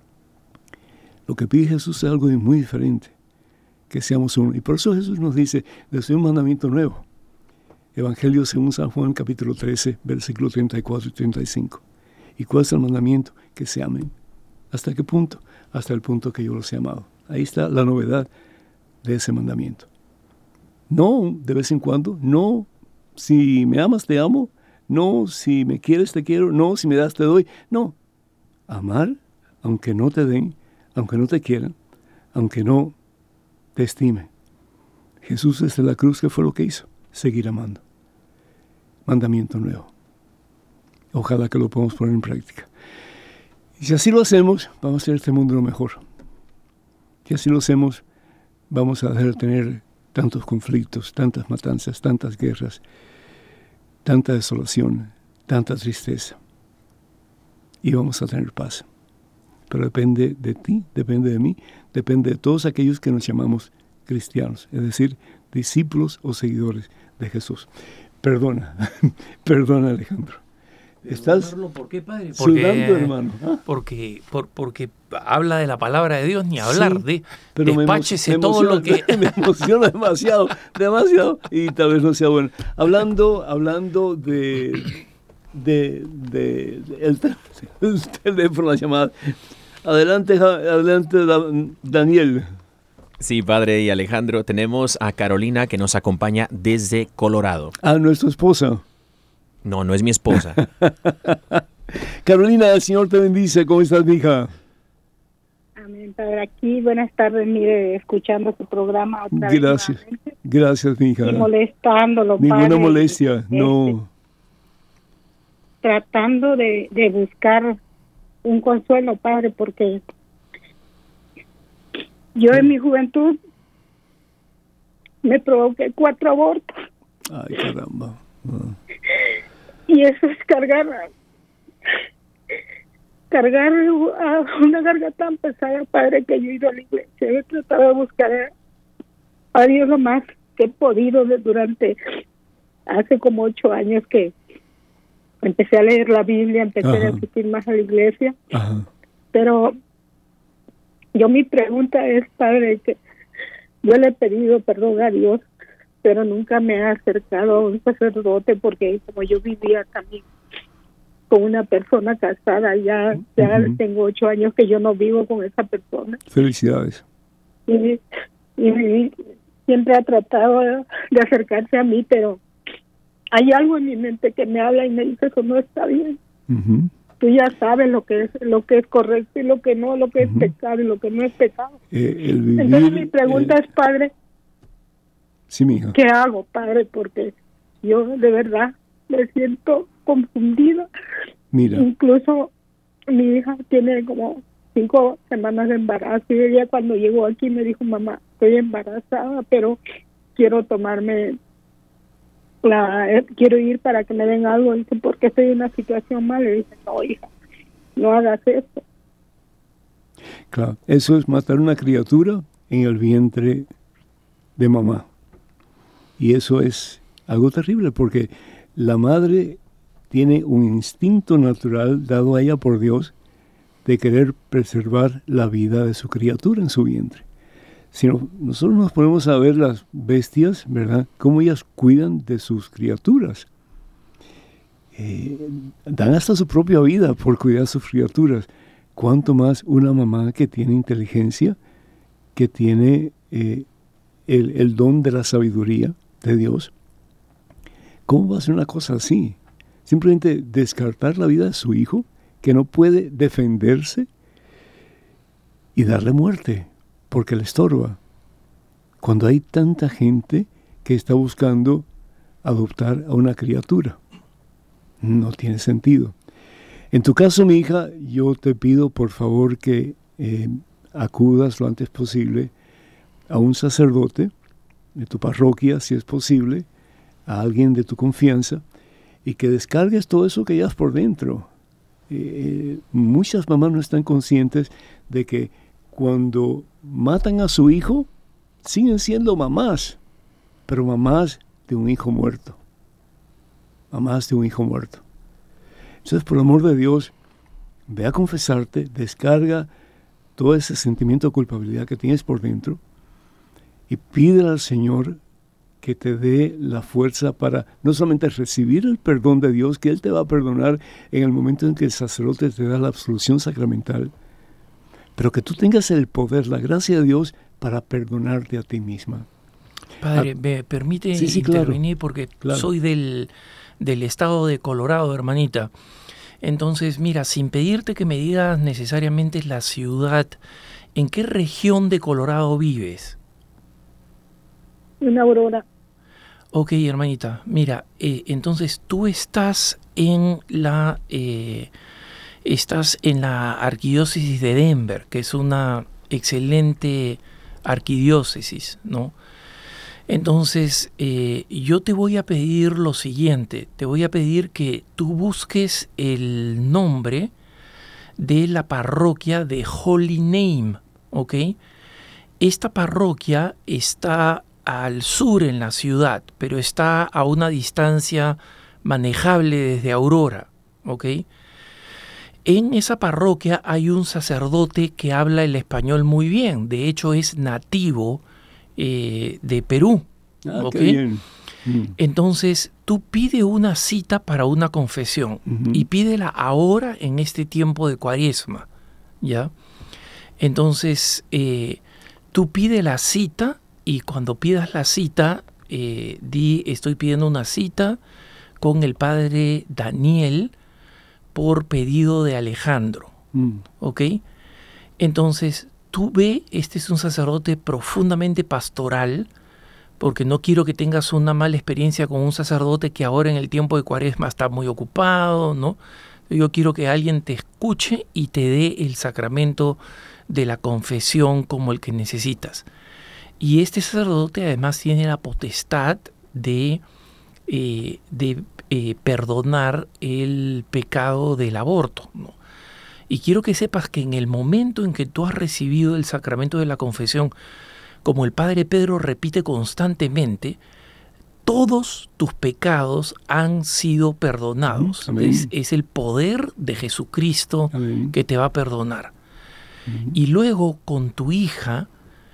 Lo que pide Jesús es algo muy diferente, que seamos uno. Y por eso Jesús nos dice, les doy un mandamiento nuevo. Evangelio según San Juan, capítulo 13, versículos 34 y 35. ¿Y cuál es el mandamiento? Que se amen. ¿Hasta qué punto? Hasta el punto que yo los he amado. Ahí está la novedad de ese mandamiento. No de vez en cuando, no si me amas te amo, no si me quieres te quiero, no si me das te doy. No, amar aunque no te den, aunque no te quieran, aunque no te estimen. Jesús desde la cruz, ¿qué fue lo que hizo? Seguir amando. Mandamiento nuevo. Ojalá que lo podamos poner en práctica. Y si así lo hacemos, vamos a hacer este mundo lo mejor. Si así lo hacemos, vamos a dejar de tener tantos conflictos, tantas matanzas, tantas guerras, tanta desolación, tanta tristeza. Y vamos a tener paz. Pero depende de ti, depende de mí, depende de todos aquellos que nos llamamos cristianos, es decir, discípulos o seguidores de Jesús. Perdona Alejandro. ¿Estás ¿Por qué, padre? sudando, hermano? ¿Ah? Porque habla de la palabra de Dios, ni hablar sí, de despáchese todo lo que... Me emociona demasiado, y tal vez no sea bueno. Hablando de el teléfono, la llamada. Adelante, Daniel. Sí, padre y Alejandro, tenemos a Carolina que nos acompaña desde Colorado. Ah, ¿nuestra esposa? No, no es mi esposa. Carolina, el Señor te bendice. ¿Cómo estás, hija? Amén, padre. Aquí, buenas tardes, mire, escuchando su programa otra vez. Gracias, hija. Y molestándolo, Ninguna padre. molestia, no. Tratando de buscar un consuelo, padre, porque yo en mi juventud me provoqué 4 abortos. Ay, caramba. Y eso es cargar a una carga tan pesada, padre, que yo he ido a la iglesia. He tratado de buscar a Dios lo más que he podido durante hace como 8 años que empecé a leer la Biblia, empecé a asistir más a la iglesia. Ajá. Pero mi pregunta es, padre, que yo le he pedido perdón a Dios, pero nunca me ha acercado a un sacerdote, porque como yo vivía también con una persona casada, ya tengo 8 años que yo no vivo con esa persona. Felicidades. Y siempre ha tratado de acercarse a mí, pero hay algo en mi mente que me habla y me dice, eso no está bien. tú ya sabes lo que es correcto y lo que no, lo que es pecado y lo que no es pecado. Entonces mi pregunta es, Padre, sí, mija. ¿Qué hago, Padre? Porque yo de verdad me siento confundida. Mira. Incluso mi hija tiene como 5 semanas de embarazo y ella cuando llegó aquí me dijo, mamá, estoy embarazada, pero quiero tomarme quiero ir para que me den algo. Dice, porque estoy en una situación mala. Le dije, no, hija, no hagas eso. Claro, eso es matar una criatura en el vientre de mamá. Y eso es algo terrible, porque la madre tiene un instinto natural dado a ella por Dios de querer preservar la vida de su criatura en su vientre. Si nosotros nos ponemos a ver las bestias, ¿verdad?, cómo ellas cuidan de sus criaturas. Dan hasta su propia vida por cuidar de sus criaturas. Cuanto más una mamá que tiene inteligencia, que tiene el don de la sabiduría de Dios. ¿Cómo va a ser una cosa así? Simplemente descartar la vida de su hijo, que no puede defenderse, y darle muerte, porque le estorba. Cuando hay tanta gente que está buscando adoptar a una criatura. No tiene sentido. En tu caso, mi hija, yo te pido por favor que acudas lo antes posible a un sacerdote de tu parroquia, si es posible, a alguien de tu confianza, y que descargues todo eso que llevas por dentro. Muchas mamás no están conscientes de que cuando matan a su hijo, siguen siendo mamás, pero mamás de un hijo muerto. Mamás de un hijo muerto. Entonces, por el amor de Dios, ve a confesarte, descarga todo ese sentimiento de culpabilidad que tienes por dentro y pídele al Señor que te dé la fuerza para no solamente recibir el perdón de Dios, que Él te va a perdonar en el momento en que el sacerdote te da la absolución sacramental, pero que tú tengas el poder, la gracia de Dios para perdonarte a ti misma. Padre, ¿me permite intervenir? Claro, porque soy del estado de Colorado, hermanita. Entonces, mira, sin pedirte que me digas necesariamente la ciudad, ¿en qué región de Colorado vives? En Aurora. Ok, hermanita, mira, entonces tú estás en la arquidiócesis de Denver, que es una excelente arquidiócesis, ¿no? Entonces, yo te voy a pedir lo siguiente, te voy a pedir que tú busques el nombre de la parroquia de Holy Name, ¿ok? Esta parroquia está al sur en la ciudad, pero está a una distancia manejable desde Aurora, ¿ok? En esa parroquia hay un sacerdote que habla el español muy bien, de hecho es nativo de Perú, ¿ok? Qué bien. Entonces tú pide una cita para una confesión y pídela ahora en este tiempo de Cuaresma, ¿ya? Entonces tú pide la cita y cuando pidas la cita di estoy pidiendo una cita con el padre Daniel por pedido de Alejandro, ¿ok? Entonces tú ve, este es un sacerdote profundamente pastoral, porque no quiero que tengas una mala experiencia con un sacerdote que ahora en el tiempo de Cuaresma está muy ocupado, ¿no? Yo quiero que alguien te escuche y te dé el sacramento de la confesión como el que necesitas. Y este sacerdote además tiene la potestad de perdonar el pecado del aborto, ¿no? Y quiero que sepas que en el momento en que tú has recibido el sacramento de la confesión, como el Padre Pedro repite constantemente, todos tus pecados han sido perdonados. Es el poder de Jesucristo que te va a perdonar. Y luego con tu hija,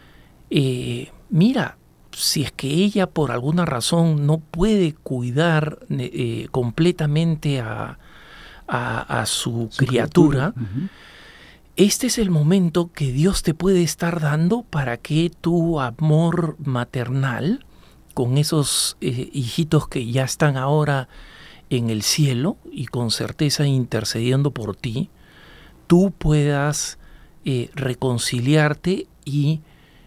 mira, si es que ella por alguna razón no puede cuidar completamente a su criatura, este es el momento que Dios te puede estar dando para que tu amor maternal con esos hijitos que ya están ahora en el cielo y con certeza intercediendo por ti, tú puedas reconciliarte y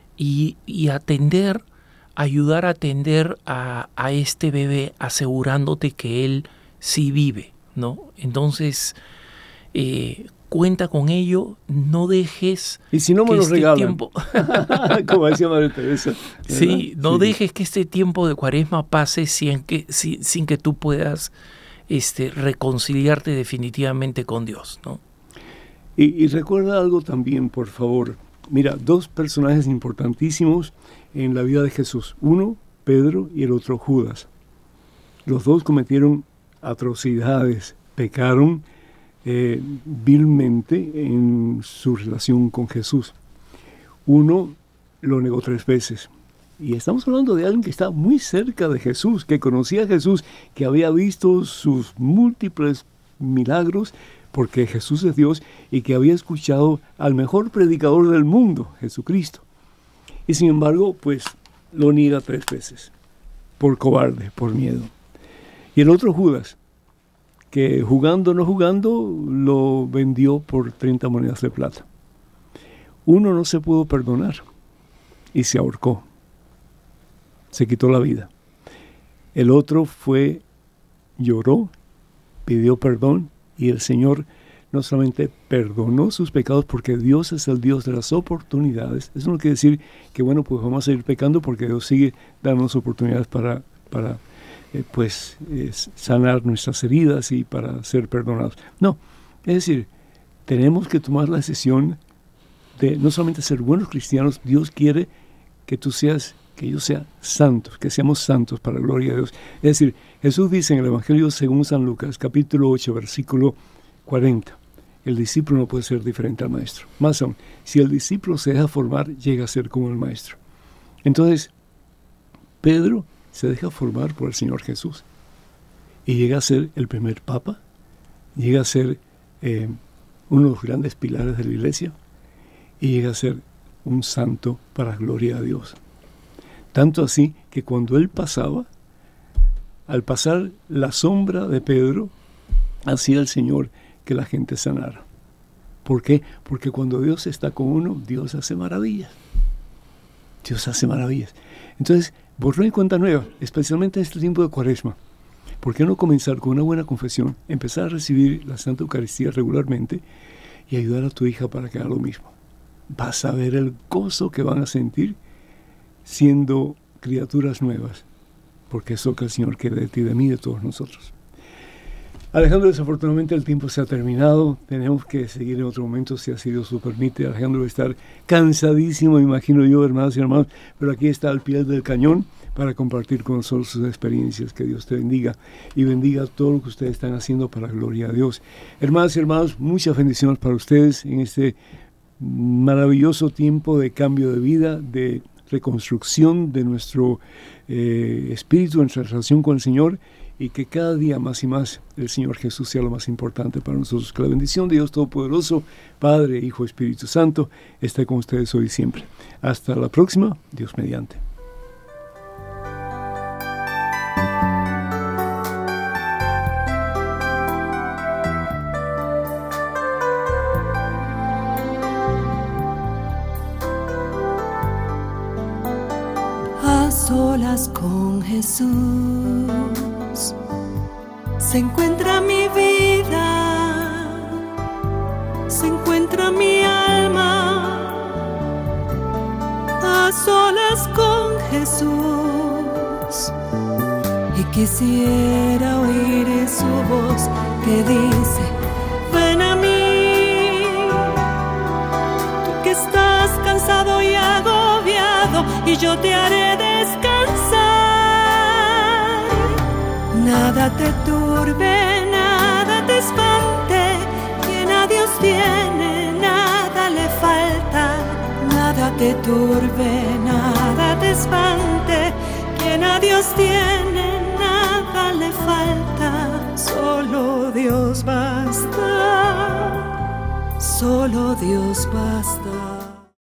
ayudar a atender a este bebé, asegurándote que él sí vive, ¿no? Entonces, cuenta con ello, no dejes... Y si no me lo regalan, tiempo... como decía Madre Teresa. Sí, no dejes que este tiempo de Cuaresma pase sin que tú puedas reconciliarte definitivamente con Dios, ¿no? Y recuerda algo también, por favor. Mira, dos personajes importantísimos en la vida de Jesús. Uno, Pedro, y el otro, Judas. Los dos cometieron atrocidades, pecaron vilmente en su relación con Jesús. Uno lo negó 3 veces. Y estamos hablando de alguien que está muy cerca de Jesús, que conocía a Jesús, que había visto sus múltiples milagros, porque Jesús es Dios, y que había escuchado al mejor predicador del mundo, Jesucristo. Y sin embargo, pues lo niega 3 veces, por cobarde, por miedo. Y el otro, Judas, que jugando o no jugando, lo vendió por 30 monedas de plata. Uno no se pudo perdonar y se ahorcó, se quitó la vida. El otro lloró, pidió perdón, y el Señor no solamente perdonó sus pecados, porque Dios es el Dios de las oportunidades. Eso no quiere decir que, bueno, pues vamos a seguir pecando, porque Dios sigue dándonos oportunidades para sanar nuestras heridas y para ser perdonados. No, es decir, tenemos que tomar la decisión de no solamente ser buenos cristianos. Dios quiere que yo sea santos, que seamos santos para la gloria de Dios. Es decir, Jesús dice en el Evangelio según San Lucas, capítulo 8, versículo 40, el discípulo no puede ser diferente al maestro. Más aún, si el discípulo se deja formar, llega a ser como el maestro. Entonces, Pedro se deja formar por el Señor Jesús y llega a ser el primer papa, llega a ser uno de los grandes pilares de la iglesia y llega a ser un santo para la gloria de Dios. Tanto así que cuando él pasaba, al pasar la sombra de Pedro, hacía el Señor que la gente sanara. ¿Por qué? Porque cuando Dios está con uno, Dios hace maravillas. Dios hace maravillas. Entonces, borrón y cuenta nueva, especialmente en este tiempo de Cuaresma. ¿Por qué no comenzar con una buena confesión, empezar a recibir la Santa Eucaristía regularmente y ayudar a tu hija para que haga lo mismo? Vas a ver el gozo que van a sentir siendo criaturas nuevas, porque eso que el Señor quiere de ti, de mí, de todos nosotros. Alejandro, desafortunadamente el tiempo se ha terminado, tenemos que seguir en otro momento si así Dios lo permite. Alejandro va a estar cansadísimo, imagino yo, hermanos y hermanos, pero aquí está al pie del cañón para compartir con nosotros sus experiencias. Que Dios te bendiga y bendiga todo lo que ustedes están haciendo para la gloria de Dios. Hermanos y hermanos, muchas bendiciones para ustedes en este maravilloso tiempo de cambio de vida, de reconstrucción de nuestro espíritu, nuestra relación con el Señor, y que cada día más y más el Señor Jesús sea lo más importante para nosotros. Que la bendición de Dios Todopoderoso, Padre, Hijo, Espíritu Santo, esté con ustedes hoy y siempre. Hasta la próxima, Dios mediante. Solas con Jesús se encuentra mi vida, se encuentra mi alma. A solas con Jesús, y quisiera oír su voz que dice: ven a mí, tú que estás cansado y agobiado, y yo te haré descansar. Nada te turbe, nada te espante, quien a Dios tiene, nada le falta. Nada te turbe, nada te espante, quien a Dios tiene, nada le falta. Solo Dios basta, solo Dios basta.